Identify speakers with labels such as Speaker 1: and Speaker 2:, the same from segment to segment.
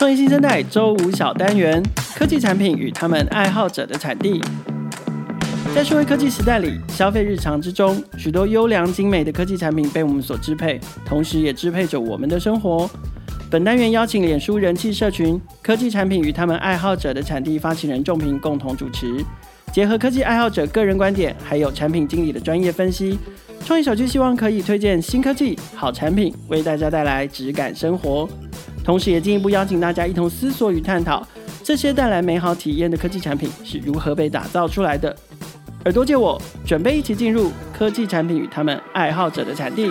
Speaker 1: 创业新生代周五小单元，科技产品与他们爱好者的产地。在数位科技时代里，消费日常之中，许多优良精美的科技产品被我们所支配，同时也支配着我们的生活。本单元邀请脸书人气社群科技产品与他们爱好者的产地发起人仲平共同主持，结合科技爱好者个人观点，还有产品经理的专业分析，创业小聚希望可以推荐新科技、好产品，为大家带来质感生活。同时也进一步邀请大家一同思索与探讨，这些带来美好体验的科技产品是如何被打造出来的。耳朵借我，准备一起进入科技产品与他们爱好者的产地。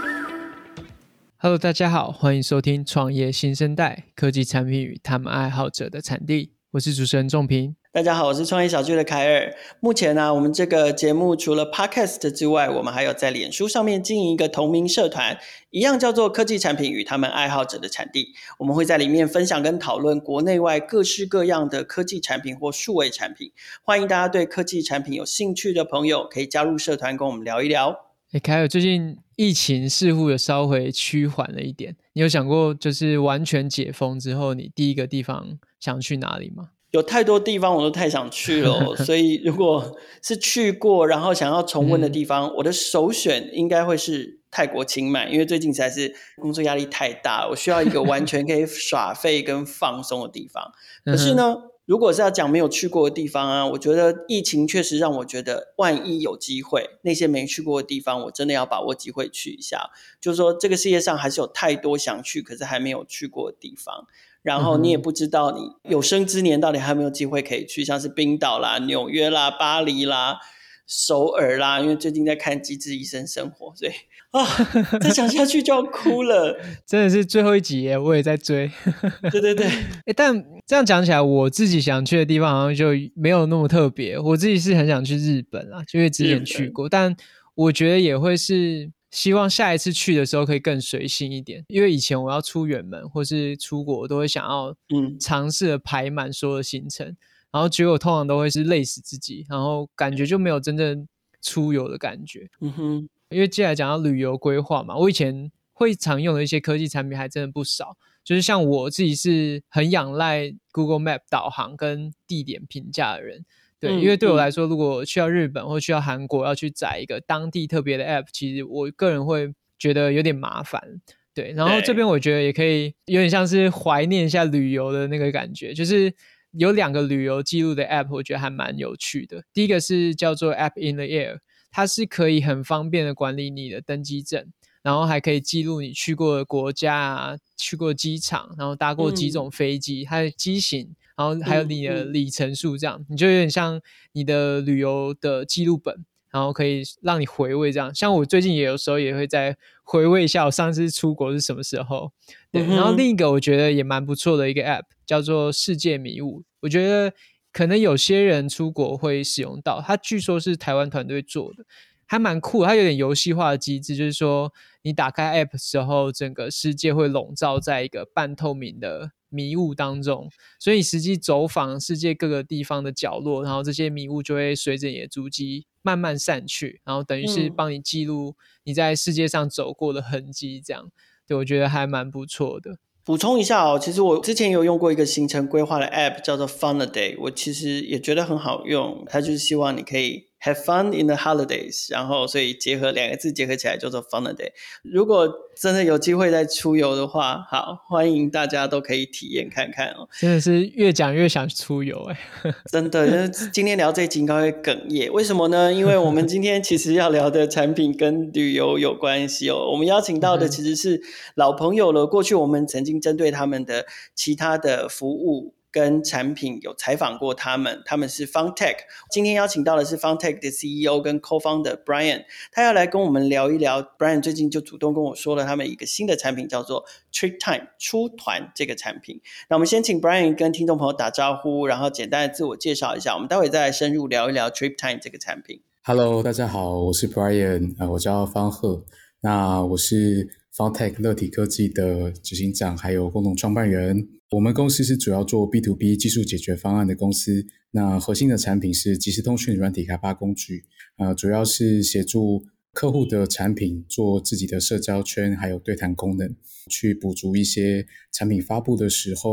Speaker 2: Hello， 大家好，欢迎收听创业新生代科技产品与他们爱好者的产地，我是主持人仲平。
Speaker 1: 大家好，我是创业小聚的凯尔。目前呢，我们这个节目除了 Podcast 之外，我们还有在脸书上面经营一个同名社团，一样叫做科技产品与他们爱好者的产地。我们会在里面分享跟讨论国内外各式各样的科技产品或数位产品。欢迎大家对科技产品有兴趣的朋友可以加入社团跟我们聊一聊。
Speaker 2: 凯尔，最近疫情似乎有稍微趋缓了一点，你有想过就是完全解封之后，你第一个地方想去哪里吗？
Speaker 1: 有太多地方我都太想去了所以如果是去过然后想要重温的地方，我的首选应该会是泰国清迈，因为最近实在是工作压力太大了，我需要一个完全可以耍废跟放松的地方可是呢，如果是要讲没有去过的地方啊，我觉得疫情确实让我觉得万一有机会，那些没去过的地方我真的要把握机会去一下。就是说这个世界上还是有太多想去可是还没有去过的地方，然后你也不知道你有生之年到底还有没有机会可以去，像是冰岛啦、纽约啦、巴黎啦、首尔啦，因为最近在看《机智医生生活》，所以再想下去就要哭了
Speaker 2: 真的是最后一集耶，我也在追
Speaker 1: 对对对
Speaker 2: 但这样讲起来，我自己想去的地方好像就没有那么特别。我自己是很想去日本啦，因为之前去过，但我觉得也会是希望下一次去的时候可以更随性一点，因为以前我要出远门或是出国，我都会想要尝试的排满所有的行程，然后结果通常都会是累死自己，然后感觉就没有真正出游的感觉。因为接下来讲到旅游规划嘛，我以前会常用的一些科技产品还真的不少，就是像我自己是很仰赖 Google Map 导航跟地点评价的人。对，因为对我来说，如果去到日本或去到韩国要去载一个当地特别的 app， 其实我个人会觉得有点麻烦。对，然后这边我觉得也可以有点像是怀念一下旅游的那个感觉，就是有2个旅游记录的 app 我觉得还蛮有趣的。第一个是叫做 App in the Air， 它是可以很方便的管理你的登机证，然后还可以记录你去过的国家啊，去过机场，然后搭过几种飞机，它的机型，然后还有你的里程数，这样你就有点像你的旅游的记录本，然后可以让你回味这样。像我最近也有时候也会再回味一下我上次出国是什么时候。对，然后另一个我觉得也蛮不错的一个 app 叫做世界迷雾，我觉得可能有些人出国会使用到，它据说是台湾团队做的，还蛮酷的。它有点游戏化的机制，就是说你打开 app 的时候，整个世界会笼罩在一个半透明的迷雾当中，所以你实际走访世界各个地方的角落，然后这些迷雾就会随着你的足迹慢慢散去，然后等于是帮你记录你在世界上走过的痕迹，这样。对，我觉得还蛮不错的。
Speaker 1: 补充一下其实我之前有用过一个行程规划的 app 叫做 Funaday， 我其实也觉得很好用，它就是希望你可以 have fun in the holidays， 然后所以结合2个字结合起来叫做 Funaday。 如果真的有机会再出游的话，好，欢迎大家都可以体验看看
Speaker 2: 真的是越讲越想出游
Speaker 1: 真的今天聊这一集应该会哽咽，为什么呢？因为我们今天其实要聊的产品跟旅游有关系我们邀请到的其实是老朋友了，过去我们曾经针对他们的其他的服务跟产品有采访过他们是 Funtech。 今天邀请到的是 Funtech 的 CEO 跟 Co-founder Brian， 他要来跟我们聊一聊。 Brian 最近就主动跟我说了他们一个新的产品叫做 Trip Time 出团这个产品。那我们先请 Brian 跟听众朋友打招呼，然后简单的自我介绍一下，我们待会再来深入聊一聊 Trip Time 这个产品。
Speaker 3: Hello， 大家好，我是 Brian，我叫方赫，那我是 Funtech 乐体科技的执行长还有共同创办人。我们公司是主要做 B2B 技术解决方案的公司，那核心的产品是即时通讯软体开发工具，主要是协助客户的产品做自己的社交圈还有对谈功能，去补足一些产品发布的时候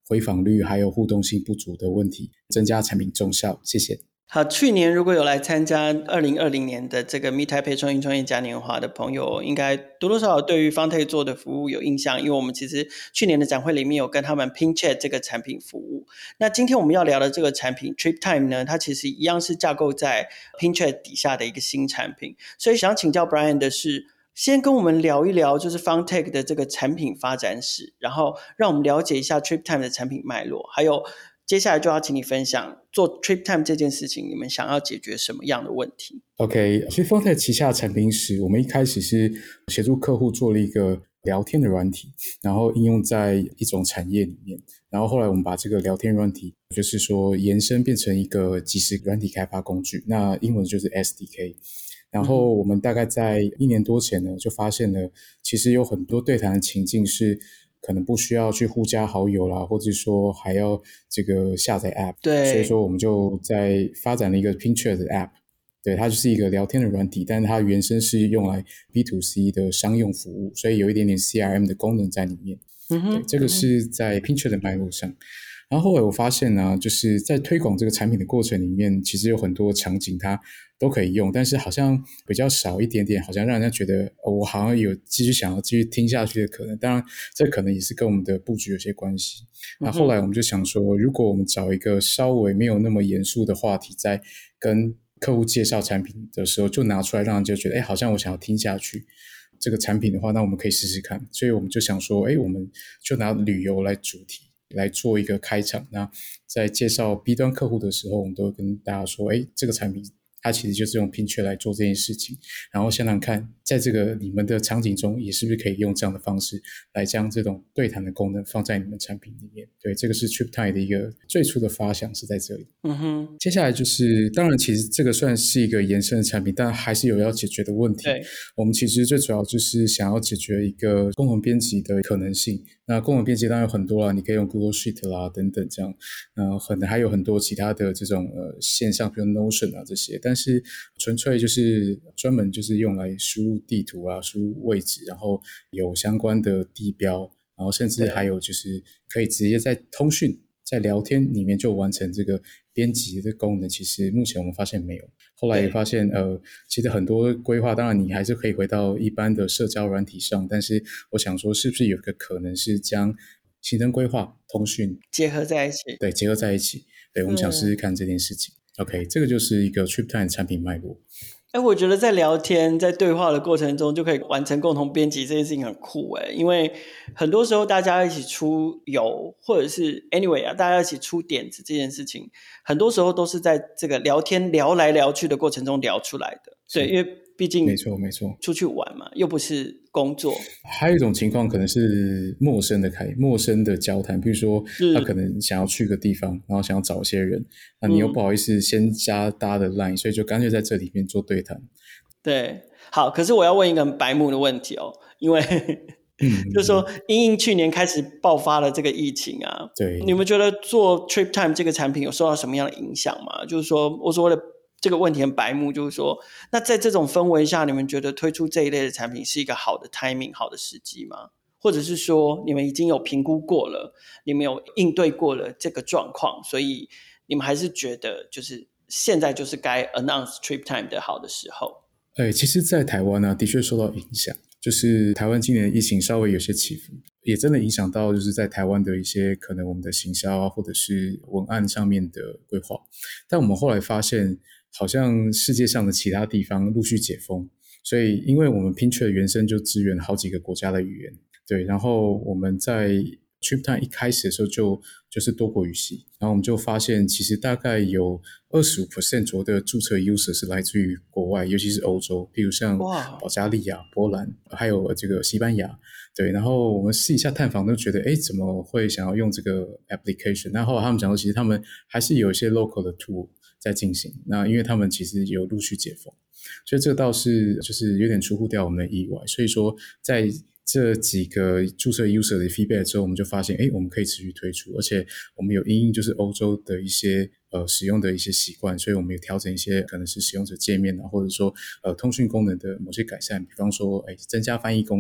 Speaker 3: 回访率还有互动性不足的问题，增加产品重效。谢谢。
Speaker 1: 好，去年如果有来参加2020年的这个 Meet Taipei 创业嘉年华的朋友，应该多多少少对于 Fountech 做的服务有印象，因为我们其实去年的展会里面有跟他们 PinChat 这个产品服务。那今天我们要聊的这个产品 TripTime 呢，它其实一样是架构在 PinChat 底下的一个新产品，所以想请教 Brian 的是，先跟我们聊一聊就是 Fountech 的这个产品发展史，然后让我们了解一下 TripTime 的产品脉络，还有接下来就要请你分享做 TripTime 这件事情，你们想要解决什么样的问题
Speaker 3: OK， 所以 Fountech 旗下的产品史，我们一开始是协助客户做了一个聊天的软体，然后应用在一种产业里面，然后后来我们把这个聊天软体就是说延伸变成一个即时软体开发工具，那英文就是 SDK。然后我们大概在1年多前呢，就发现了其实有很多对谈的情境是可能不需要去互加好友啦，或者说还要这个下载 App。
Speaker 1: 对，
Speaker 3: 所以说我们就在发展了一个 PinChat 的 App。对，它就是一个聊天的软体，但是它原生是用来 B2C 的商用服务，所以有一点点 CRM 的功能在里面。对，这个是在 PinChat 的脉络上。然后后来我发现呢，就是在推广这个产品的过程里面，其实有很多场景它都可以用，但是好像比较少一点点，好像让人家觉得我好像有想要继续听下去的可能。当然，这可能也是跟我们的布局有些关系。那后来我们就想说，如果我们找一个稍微没有那么严肃的话题，在跟客户介绍产品的时候就拿出来，让人就觉得好像我想要听下去这个产品的话，那我们可以试试看。所以我们就想说我们就拿旅游来主题来做一个开场。那在介绍 B 端客户的时候，我们都会跟大家说这个产品它其实就是用 PinChat 来做这件事情，然后想想看在这个你们的场景中也是不是可以用这样的方式来将这种对谈的功能放在你们产品里面。对，这个是 TripTime 的一个最初的发想是在这里。接下来就是当然其实这个算是一个延伸的产品，但还是有要解决的问题。
Speaker 1: 对，
Speaker 3: 我们其实最主要就是想要解决一个共同编辑的可能性。那共同编辑当然有很多啦，你可以用 Google Sheet 啦等等这样，可能还有很多其他的这种线上，比如 Notion 啊这些，但是纯粹就是专门就是用来输入地图啊，输入位置，然后有相关的地标，然后甚至还有就是可以直接在通讯在聊天里面就完成这个编辑的功能，其实目前我们发现没有。后来也发现其实很多规划当然你还是可以回到一般的社交软体上，但是我想说是不是有一个可能是将行程规划通讯
Speaker 1: 结合在一起。
Speaker 3: 对，结合在一起。对，我们想试试看这件事情。OK， 这个就是一个 TripTime 产品脉络。
Speaker 1: 我觉得在聊天在对话的过程中就可以完成共同编辑这件事情很酷因为很多时候大家一起出游或者是 anyway 大家一起出点子这件事情很多时候都是在这个聊天聊来聊去的过程中聊出来的。对，因为毕竟
Speaker 3: 没错出
Speaker 1: 去玩嘛，又不是工作。
Speaker 3: 还有一种情况可能是陌生的交谈，比如说他可能想要去个地方，然后想要找一些人，那你又不好意思先加大家的 line，所以就干脆在这里面做对谈。
Speaker 1: 对，好，可是我要问一个很白目的问题因为就是说因应去年开始爆发了这个疫情啊，
Speaker 3: 对，
Speaker 1: 你们觉得做 TripTime 这个产品有受到什么样的影响吗？就是说我所谓的这个问题很白目，就是说那在这种氛围下，你们觉得推出这一类的产品是一个好的 timing 好的时机吗？或者是说你们已经有评估过了，你们有应对过了这个状况，所以你们还是觉得就是现在就是该 announce TripTime 的好的时候？
Speaker 3: 其实在台湾的确受到影响，就是台湾今年的疫情稍微有些起伏，也真的影响到就是在台湾的一些可能我们的行销啊，或者是文案上面的规划。但我们后来发现好像世界上的其他地方陆续解封，所以因为我们 PinChat 原生就支援好几个国家的语言，对，然后我们在 TripTime 一开始的时候就是多国语系，然后我们就发现其实大概有 25% 左右的注册 user 是来自于国外，尤其是欧洲，比如像保加利亚、波兰，还有这个西班牙。对，然后我们试一下探访都觉得怎么会想要用这个 application， 那后来他们讲说其实他们还是有一些 local 的 tool 在进行，那因为他们其实有陆续解封，所以这倒是就是有点出乎掉我们的意外。所以说在这几个注册 user 的 feedback 之后，我们就发现我们可以持续推出，而且我们有因应就是欧洲的一些使用的一些习惯，所以我们有调整一些可能是使用者界面啊，或者说通讯功能的某些改善，比方说增加翻译功能。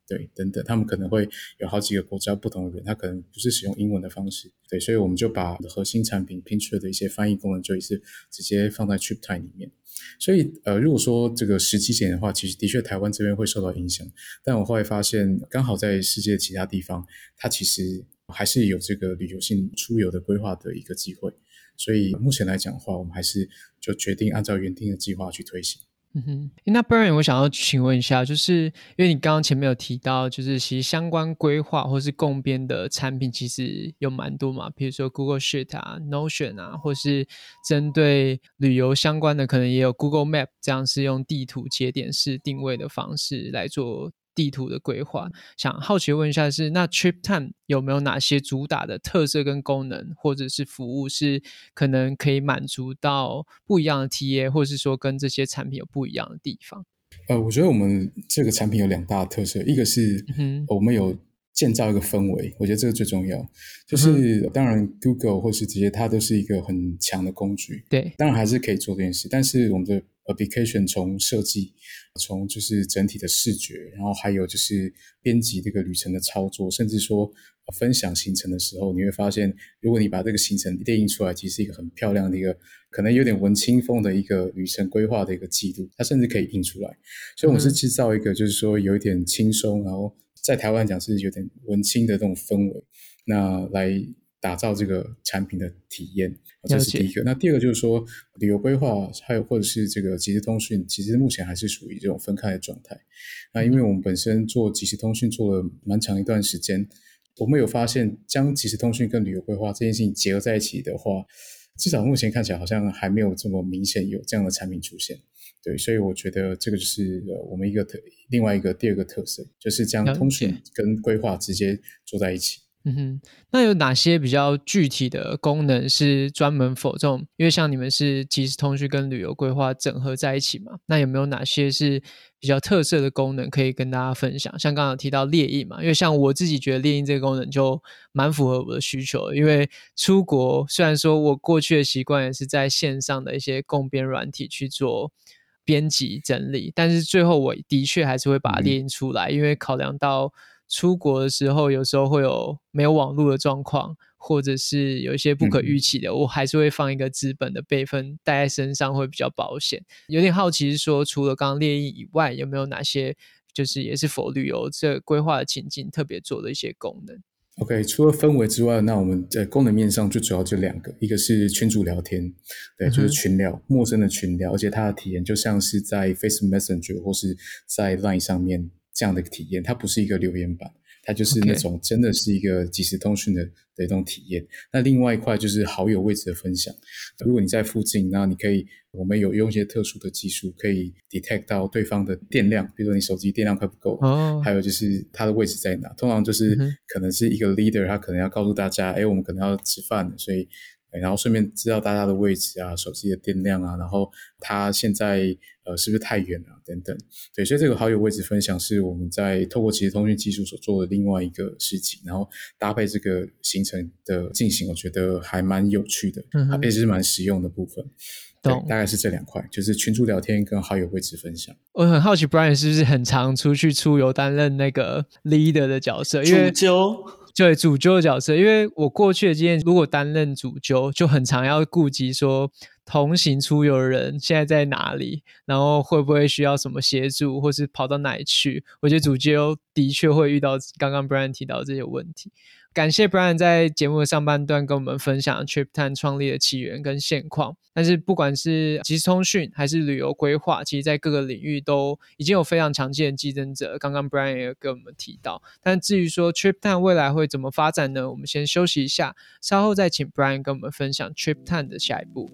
Speaker 3: 对，等等，他们可能会有好几个国家不同的人，他可能不是使用英文的方式，对，所以我们就把核心产品 Pinterest 的一些翻译功能就也是直接放在 TripTime 里面。所以如果说这个时机点的话，其实的确台湾这边会受到影响，但我后来发现刚好在世界其他地方它其实还是有这个旅游性出游的规划的一个机会，所以目前来讲的话，我们还是就决定按照原定的计划去推行。
Speaker 2: 那 Brian 我想要请问一下，就是因为你刚刚前面有提到，就是其实相关规划或是共编的产品其实有蛮多嘛，比如说 Google Sheet 啊 Notion 啊，或是针对旅游相关的可能也有 Google Map， 这样是用地图节点式定位的方式来做地图的规划。想好奇问一下是，那 TripTime 有没有哪些主打的特色跟功能或者是服务是可能可以满足到不一样的 TA， 或是说跟这些产品有不一样的地方？
Speaker 3: 我觉得我们这个产品有2大特色，一个是我们有建造一个氛围，我觉得这个最重要，就是当然 Google 或是这些它都是一个很强的工具，
Speaker 2: 对，
Speaker 3: 当然还是可以做这件事，但是我们的 application 从设计，从就是整体的视觉，然后还有就是编辑这个旅程的操作，甚至说分享行程的时候，你会发现如果你把这个行程列印出来，其实是一个很漂亮的一个可能有点文青风的一个旅程规划的一个记录，它甚至可以印出来，所以我们是制造一个就是说有一点轻松，然后在台湾讲是有点文青的这种氛围，那来打造这个产品的体验，这是第一个。那第二个就是说旅游规划还有或者是这个即时通讯，其实目前还是属于这种分开的状态。那因为我们本身做即时通讯做了蛮长一段时间，我们有发现将即时通讯跟旅游规划这件事情结合在一起的话，至少目前看起来好像还没有这么明显有这样的产品出现。对，所以我觉得这个就是我们另外一个第二个特色，就是将通讯跟规划直接做在一起。
Speaker 2: 那有哪些比较具体的功能是专门否这种，因为像你们是即时通讯跟旅游规划整合在一起嘛，那有没有哪些是比较特色的功能可以跟大家分享？像刚刚有提到列印嘛，因为像我自己觉得列印这个功能就蛮符合我的需求的，因为出国虽然说我过去的习惯也是在线上的一些共编软体去做编辑整理，但是最后我的确还是会把它列印出来，因为考量到出国的时候有时候会有没有网络的状况，或者是有一些不可预期的，我还是会放一个纸本的备份带在身上会比较保险。有点好奇是说除了刚刚列印以外，有没有哪些就是也是否旅游这规划的情境特别做的一些功能
Speaker 3: ？OK， 除了氛围之外，那我们在功能面上最主要就2个，一个是群组聊天，对，就是群聊，陌生的群聊，而且它的体验就像是在 Facebook Messenger 或是在 Line 上面这样的体验，它不是一个留言板，它就是那种真的是一个即时通讯的一种体验。那另外一块就是好友位置的分享，如果你在附近，那你可以，我们有用一些特殊的技术可以 detect 到对方的电量，比如说你手机电量快不够，还有就是他的位置在哪，通常就是可能是一个 leader， 他可能要告诉大家我们可能要吃饭了，所以然后顺便知道大家的位置啊，手机的电量啊，然后他现在是不是太远啊等等。对，所以这个好友位置分享是我们在透过即时通讯技术所做的另外一个事情，然后搭配这个行程的进行，我觉得还蛮有趣的，而且是蛮实用的部分。对，大概是这2块，就是群组聊天跟好友位置分享。
Speaker 2: 我很好奇 Brian 是不是很常出去出游担任那个 leader 的角色，因为
Speaker 1: 主揪，
Speaker 2: 对，主揪的角色，因为我过去的经验，如果担任主揪就很常要顾及说同行出游的人现在在哪里，然后会不会需要什么协助，或是跑到哪里去，我觉得主揪的确会遇到刚刚 Brian 提到这些问题。感谢 Brian 在节目的上半段跟我们分享 TripTime 创立的起源跟现况，但是不管是即时通讯还是旅游规划，其实在各个领域都已经有非常强劲的竞争者，刚刚 Brian 也有跟我们提到。但至于说 TripTime 未来会怎么发展呢？我们先休息一下，稍后再请 Brian 跟我们分享 TripTime 的下一步。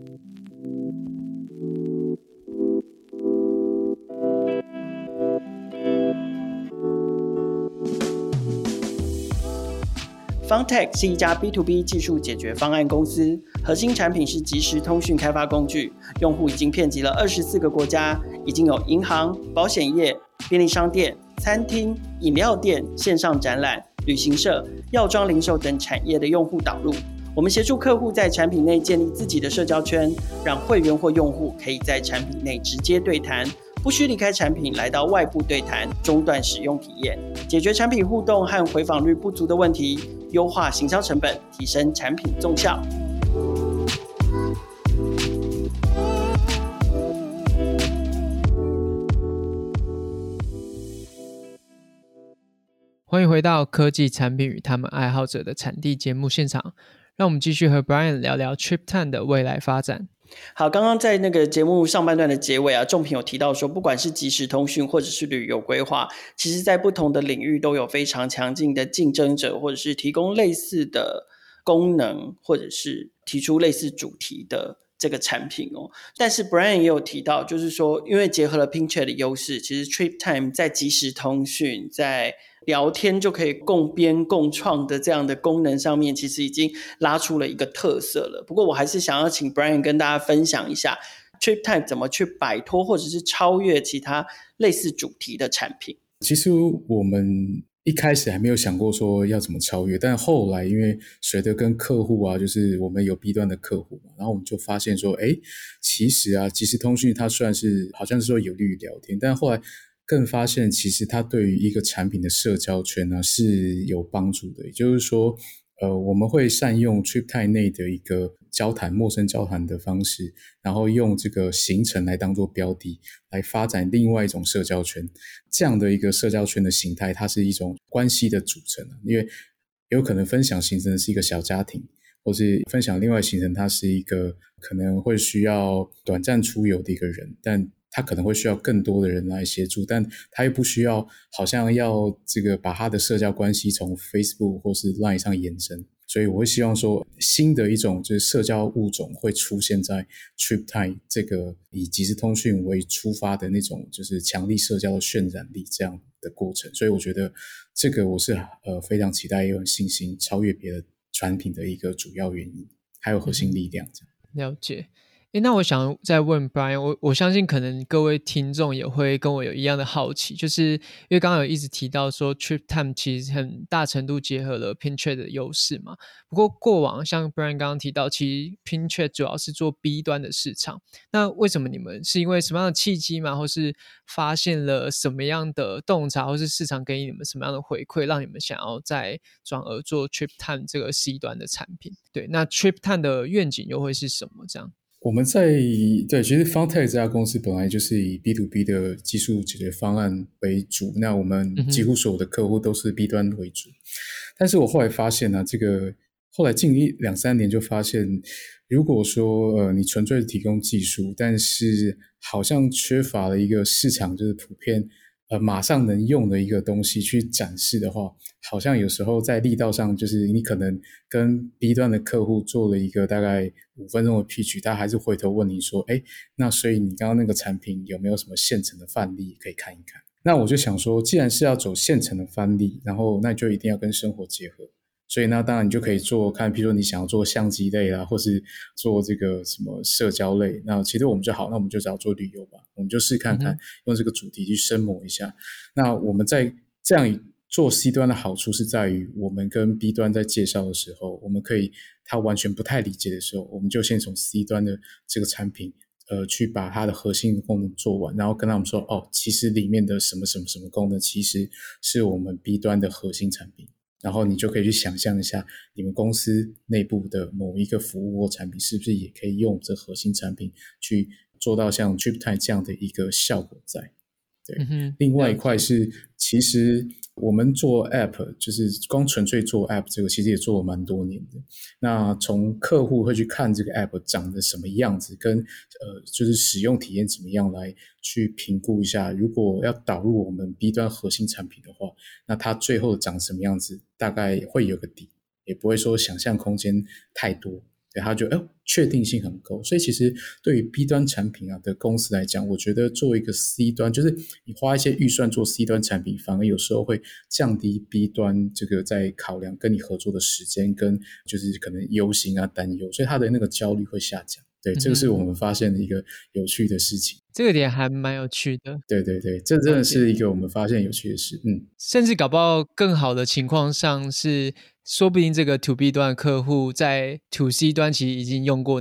Speaker 1: Funtech 是一家 B2B 技术解决方案公司，核心产品是即时通讯开发工具，用户已经遍及了24个国家，已经有银行、保险业、便利商店、餐厅、饮料店、线上展览、旅行社、药妆零售等产业的用户导入。我们协助客户在产品内建立自己的社交圈，让会员或用户可以在产品内直接对谈， 不需离开产品来到外部对谈，中断使用体验，解决产品互动和回访率不足的问题，优化行销成本，提升产品纵效。
Speaker 2: 欢迎回到科技产品与他们爱好者的产地节目现场，让我们继续和 Brian 聊聊 TripTime 的未来发展。
Speaker 1: 好，刚刚在那个节目上半段的结尾啊，仲平有提到说，不管是即时通讯或者是旅游规划，其实在不同的领域都有非常强劲的竞争者，或者是提供类似的功能，或者是提出类似主题的这个产品哦。但是 Brian 也有提到，就是说因为结合了 Pinterest 的优势，其实 TripTime 在即时通讯，在聊天就可以共编共创的这样的功能上面，其实已经拉出了一个特色了。不过我还是想要请 Brian 跟大家分享一下 TripTime 怎么去摆脱或者是超越其他类似主题的产品。
Speaker 3: 其实我们一开始还没有想过说要怎么超越，但后来因为随着跟客户啊，就是我们有 B 端的客户嘛，然后我们就发现说，其实啊，即时通讯它虽然是好像是说有利于聊天，但后来更发现其实它对于一个产品的社交圈呢是有帮助的。也就是说我们会善用 TripTime 内的一个交谈，陌生交谈的方式，然后用这个行程来当做标的，来发展另外一种社交圈。这样的一个社交圈的形态，它是一种关系的组成，因为有可能分享行程是一个小家庭，或是分享另外行程，它是一个可能会需要短暂出游的一个人，但他可能会需要更多的人来协助，但他又不需要好像要这个把他的社交关系从 Facebook 或是 LINE 上延伸。所以我会希望说新的一种就是社交物种会出现在 TripTime 这个以即时通讯为出发的那种就是强力社交的渲染力这样的过程。所以我觉得这个我是非常期待也有信心超越别的产品的一个主要原因，还有核心力量这
Speaker 2: 样。了解。那我想再问 Brian， 我相信可能各位听众也会跟我有一样的好奇，就是因为刚刚有一直提到说 TripTime 其实很大程度结合了 Pinterest 的优势嘛。不过过往像 Brian 刚刚提到，其实 Pinterest 主要是做 B 端的市场，那为什么你们是因为什么样的契机吗？或是发现了什么样的洞察，或是市场给你们什么样的回馈，让你们想要再转而做 TripTime 这个 C 端的产品？对，那 TripTime 的愿景又会是什么这样？
Speaker 3: 我们其实 FoundTech 这家公司本来就是以 B2B 的技术解决方案为主，那我们几乎所有的客户都是 B 端为主。但是我后来发现呢，后来近2-3年就发现，如果说你纯粹提供技术，但是好像缺乏了一个市场就是普遍马上能用的一个东西去展示的话，好像有时候在力道上就是你可能跟 B 端的客户做了一个大概5分钟的 pitch， 他还是回头问你说那所以你刚刚那个产品有没有什么现成的范例可以看一看。那我就想说既然是要走现成的范例，然后那就一定要跟生活结合，所以那当然你就可以做看，比如说你想要做相机类啦，或是做这个什么社交类，那其实我们就好，那我们就只要做旅游吧，我们就试看看用这个主题去深磨一下。那我们在这样做 C 端的好处是在于我们跟 B 端在介绍的时候，我们可以他完全不太理解的时候，我们就先从 C 端的这个产品去把它的核心的功能做完，然后跟他们说其实里面的什么什么什么功能其实是我们 B 端的核心产品，然后你就可以去想象一下你们公司内部的某一个服务或产品是不是也可以用这核心产品去做到像 TripTime 这样的一个效果在。对，另外一块是其实我们做 App 就是光纯粹做 App 这个其实也做了蛮多年的，那从客户会去看这个 App 长得什么样子跟就是使用体验怎么样来去评估一下，如果要导入我们 B 端核心产品的话，那它最后长什么样子大概会有个底，也不会说想象空间太多，对，他就确定性很高。所以其实对于 B 端产品的公司来讲，我觉得做一个 C 端，就是你花一些预算做 C 端产品，反而有时候会降低 B 端这个在考量跟你合作的时间跟就是可能忧心担忧，所以他的那个焦虑会下降。对，这个是我们发现的一个有趣的事情。
Speaker 2: 这个点还蛮有趣的。
Speaker 3: 对对对，这真的是一个我们发现有趣的事。
Speaker 2: 甚至搞不好更好的情况上是，说不定这个 To B 端的客户在 To C 端其实已经用过你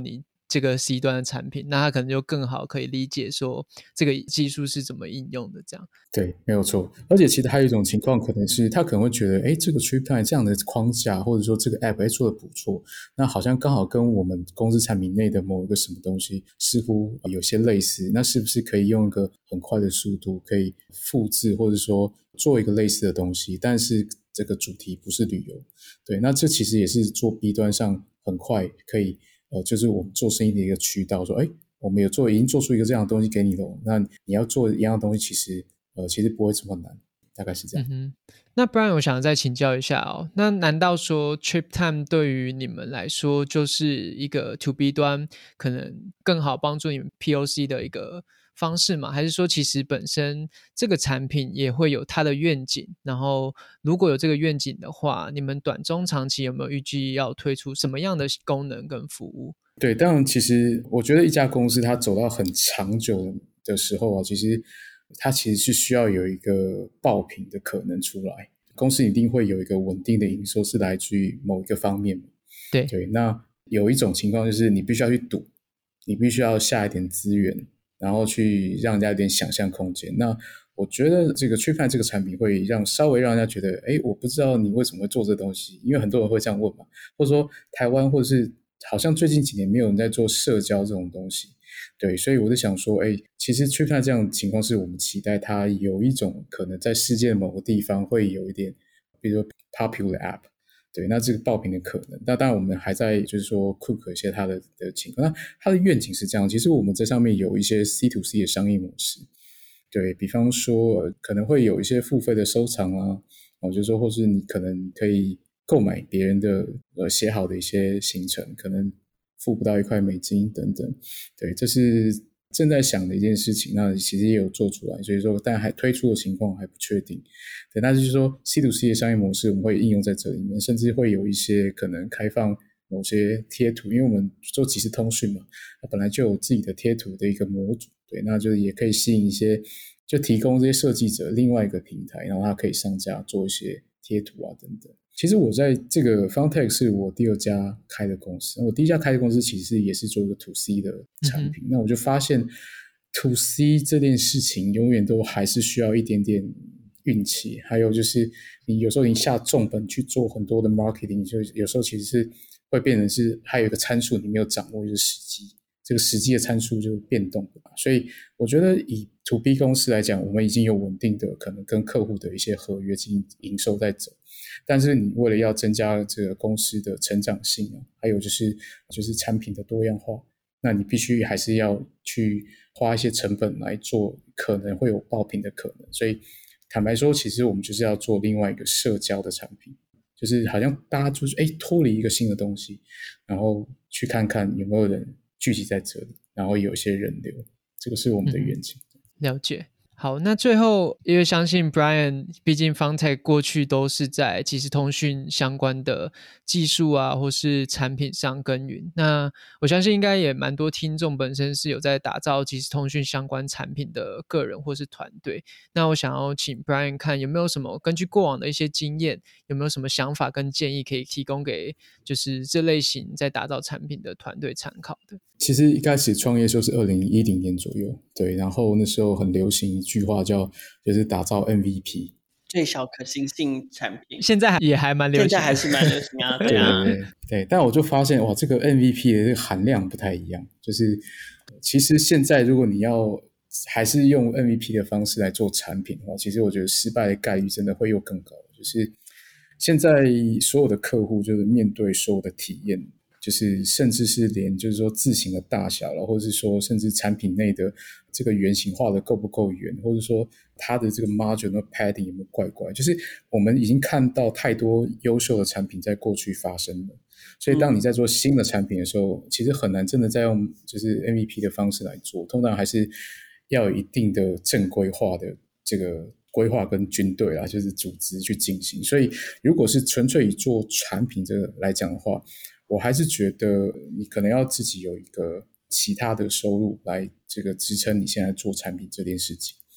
Speaker 2: 这个 C 端的产品，那他可能就更好可以理解说这个技术是怎么应用的这样。
Speaker 3: 对，没有错。而且其实还有一种情况，可能是他可能会觉得，这个 TripTime 这样的框架，或者说这个 App 做的不错，那好像刚好跟我们公司产品内的某一个什么东西似乎有些类似，那是不是可以用一个很快的速度可以复制，或者说做一个类似的东西，但是这个主题不是旅游。对，那这其实也是做 B 端上很快可以就是我们做生意的一个渠道，说我们已经做出一个这样的东西给你了，那你要做一样的东西其实不会这么难，大概是这样。
Speaker 2: 那不然我想再请教一下哦，那难道说 TripTime 对于你们来说就是一个 To B 端可能更好帮助你们 POC 的一个方式吗？还是说其实本身这个产品也会有它的愿景，然后如果有这个愿景的话，你们短中长期有没有预计要推出什么样的功能跟服务？
Speaker 3: 对，当然其实我觉得一家公司它走到很长久的时候啊，其实它其实是需要有一个爆品的可能出来，公司一定会有一个稳定的营收是来自于某一个方面。对，那有一种情况就是你必须要去赌，你必须要下一点资源，然后去让人家有点想象空间。那我觉得这个 TripTime 这个产品会稍微让人家觉得，我不知道你为什么会做这东西，因为很多人会这样问嘛，或者说台湾或者是好像最近几年没有人在做社交这种东西。对，所以我就想说，其实 TripTime 这样的情况是我们期待它有一种可能在世界的某个地方会有一点，比如说 popular app。对，那这个爆品的可能，那当然我们还在就是说 cook 一些它的情况。那它的愿景是这样，其实我们在上面有一些 C2C 的商业模式，对，比方说可能会有一些付费的收藏啊，就是说或是你可能可以购买别人的写好的一些行程，可能付不到$1等等。对，这是正在想的一件事情，那其实也有做出来，所以说但还推出的情况还不确定。对，那就是说 C2C 的商业模式我们会应用在这里面，甚至会有一些可能开放某些贴图，因为我们做即时通讯嘛，本来就有自己的贴图的一个模组。对，那就也可以吸引一些，就提供这些设计者另外一个平台，然后他可以上架做一些贴图啊等等。其实我在这个 Fontech 是我第二家开的公司，我第一家开的公司其实也是做一个 To C 的产品。那我就发现 To C 这件事情永远都还是需要一点点运气，还有就是你有时候你下重本去做很多的 marketing， 就有时候其实是会变成是还有一个参数你没有掌握，就是时机。这个实际的参数就变动了，所以我觉得以 To B 公司来讲，我们已经有稳定的可能跟客户的一些合约及营收在走，但是你为了要增加这个公司的成长性啊，还有就是产品的多样化，那你必须还是要去花一些成本来做可能会有爆品的可能。所以坦白说，其实我们就是要做另外一个社交的产品，就是好像大家就是脱离一个新的东西，然后去看看有没有人聚集在这里，然后有一些人流，这个是我们的愿景。
Speaker 2: 了解。好，那最后因为相信 Brian 毕竟 Fontech 过去都是在即时通讯相关的技术啊或是产品上耕耘，那我相信应该也蛮多听众本身是有在打造即时通讯相关产品的个人或是团队，那我想要请 Brian 看有没有什么根据过往的一些经验，有没有什么想法跟建议可以提供给就是这类型在打造产品的团队参考的。
Speaker 3: 其实一开始创业的时候是2010年左右，对，然后那时候很流行一句话就是打造 MVP，
Speaker 1: 最小可行性产品，
Speaker 2: 现在也还蛮流行的，
Speaker 1: 现在还是蛮流行啊，对啊，
Speaker 3: 对，但我就发现哇，这个 MVP 的这个含量不太一样，就是其实现在如果你要还是用 MVP 的方式来做产品的话，其实我觉得失败的概率真的会又更高，就是现在所有的客户就是面对所有的体验，就是甚至是连就是说字型的大小了，或者是说甚至产品内的这个圆形画的够不够圆，或者说它的这个 margin 和 padding 有没有怪怪，就是我们已经看到太多优秀的产品在过去发生了，所以当你在做新的产品的时候，其实很难真的在用就是 MVP 的方式来做，通常还是要有一定的正规化的这个规划跟军队啦，就是组织去进行。所以如果是纯粹以做产品这个来讲的话，我还是觉得你可能要自己有一个其他的收入来这个支撑你现在做产品这件事情。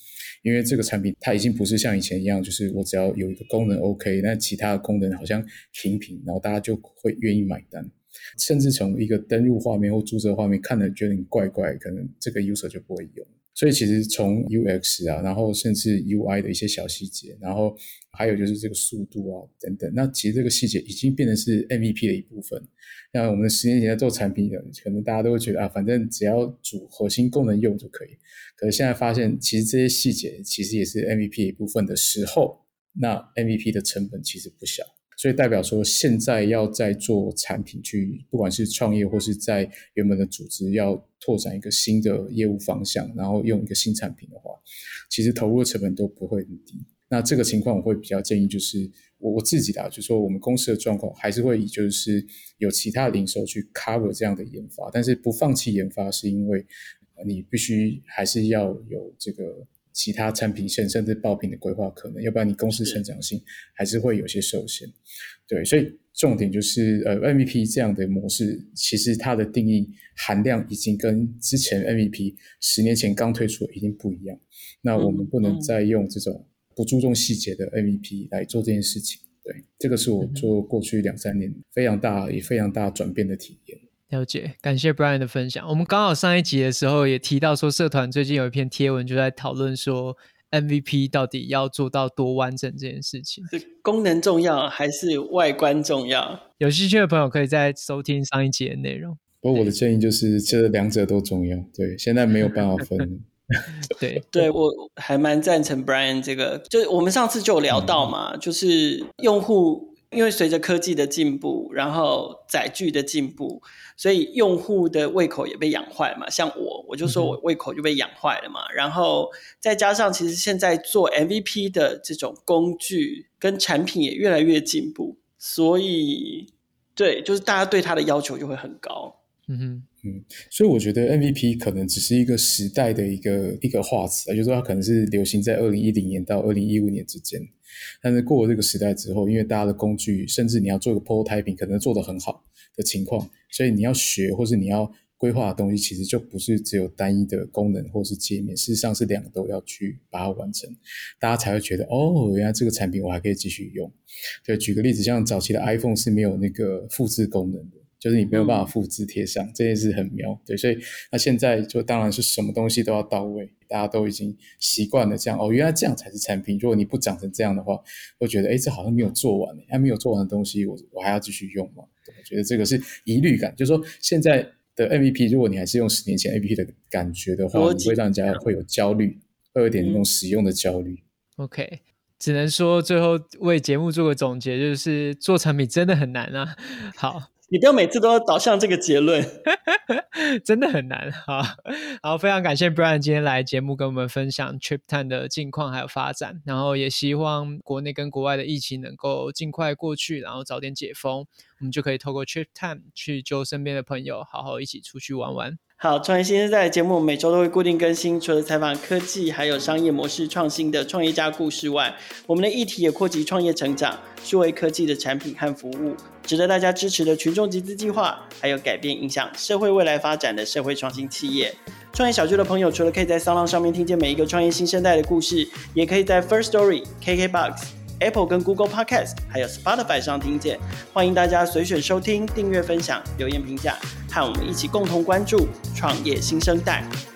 Speaker 3: 因为这个产品它已经不是像以前一样，就是我只要有一个功能 OK， 那其他的功能好像平平，然后大家就会愿意买单。甚至从一个登入画面或注册画面看了觉得你怪怪，可能这个 user 就不会用。所以其实从 UX 啊，然后甚至 UI 的一些小细节，然后还有就是这个速度啊等等，那其实这个细节已经变成是 MVP 的一部分。那我们10年前在做产品的，可能大家都会觉得反正只要主核心功能用就可以。可是现在发现，其实这些细节其实也是 MVP 的一部分的时候，那 MVP 的成本其实不小。所以代表说现在要在做产品去，不管是创业或是在原本的组织要拓展一个新的业务方向，然后用一个新产品的话，其实投入的成本都不会很低。那这个情况我会比较建议就是我自己的，就是说我们公司的状况还是会以就是有其他的营收去 cover 这样的研发，但是不放弃研发是因为你必须还是要有这个其他产品线甚至爆品的规划可能，要不然你公司成长性还是会有些受限。对，所以重点就是MVP 这样的模式，其实它的定义含量已经跟之前 MVP 10年前刚推出的已经不一样。那我们不能再用这种不注重细节的 MVP 来做这件事情。对，这个是我做过去2-3年非常大转变的体验。
Speaker 2: 了解，感谢 Brian 的分享。我们刚好上一集的时候也提到说，社团最近有一篇贴文就在讨论说 MVP 到底要做到多完整这件事情，
Speaker 1: 是功能重要还是外观重要？
Speaker 2: 有兴趣的朋友可以再收听上一集的内容。
Speaker 3: 不过我的建议就是这两者都重要，对，现在没有办法分
Speaker 2: 对，
Speaker 1: 我还蛮赞成 Brian 这个，就是我们上次就有聊到嘛，就是用户因为随着科技的进步，然后载具的进步，所以用户的胃口也被养坏嘛。像我就说我胃口就被养坏了嘛。然后再加上其实现在做 MVP 的这种工具跟产品也越来越进步，所以对，就是大家对它的要求就会很高。
Speaker 3: 所以我觉得 MVP 可能只是一个时代的一个话词，就是说它可能是流行在2010年到2015年之间，但是过了这个时代之后，因为大家的工具甚至你要做一个 prototyping 可能做得很好的情况，所以你要学或是你要规划的东西其实就不是只有单一的功能或是界面，事实上是两个都要去把它完成，大家才会觉得原来这个产品我还可以继续用。对，举个例子，像早期的 iPhone 是没有那个复制功能的，就是你没有办法复制贴上，这件事很妙。对，所以那现在就当然是什么东西都要到位，大家都已经习惯了这样原来这样才是产品。如果你不长成这样的话，会觉得这好像没有做完，没有做完的东西我还要继续用吗？我觉得这个是疑虑感，就是说现在的 MVP 如果你还是用10年前 MVP 的感觉的话，你会让人家会有焦虑，会有点那种使用的焦虑。
Speaker 2: OK， 只能说最后为节目做个总结，就是做产品真的很难啊。好，
Speaker 1: 你不要每次都要导向这个结论
Speaker 2: 真的很难。好，非常感谢 Brian 今天来节目跟我们分享 TripTime 的近况还有发展，然后也希望国内跟国外的疫情能够尽快过去，然后早点解封，我们就可以透过 TripTime 去揪身边的朋友好好一起出去玩玩。
Speaker 1: 好，创业新生代的节目每周都会固定更新，除了采访科技还有商业模式创新的创业家故事外，我们的议题也扩及创业成长、数位科技的产品和服务，值得大家支持的群众集资计划，还有改变影响社会未来发展的社会创新企业。创业小聚的朋友除了可以在SoundOn上面听见每一个创业新生代的故事，也可以在 Firstory、KKBOX、Apple 跟 Google Podcast 还有 Spotify 上听见。欢迎大家随选收听、订阅、分享、留言评价，和我们一起共同关注创业新生代。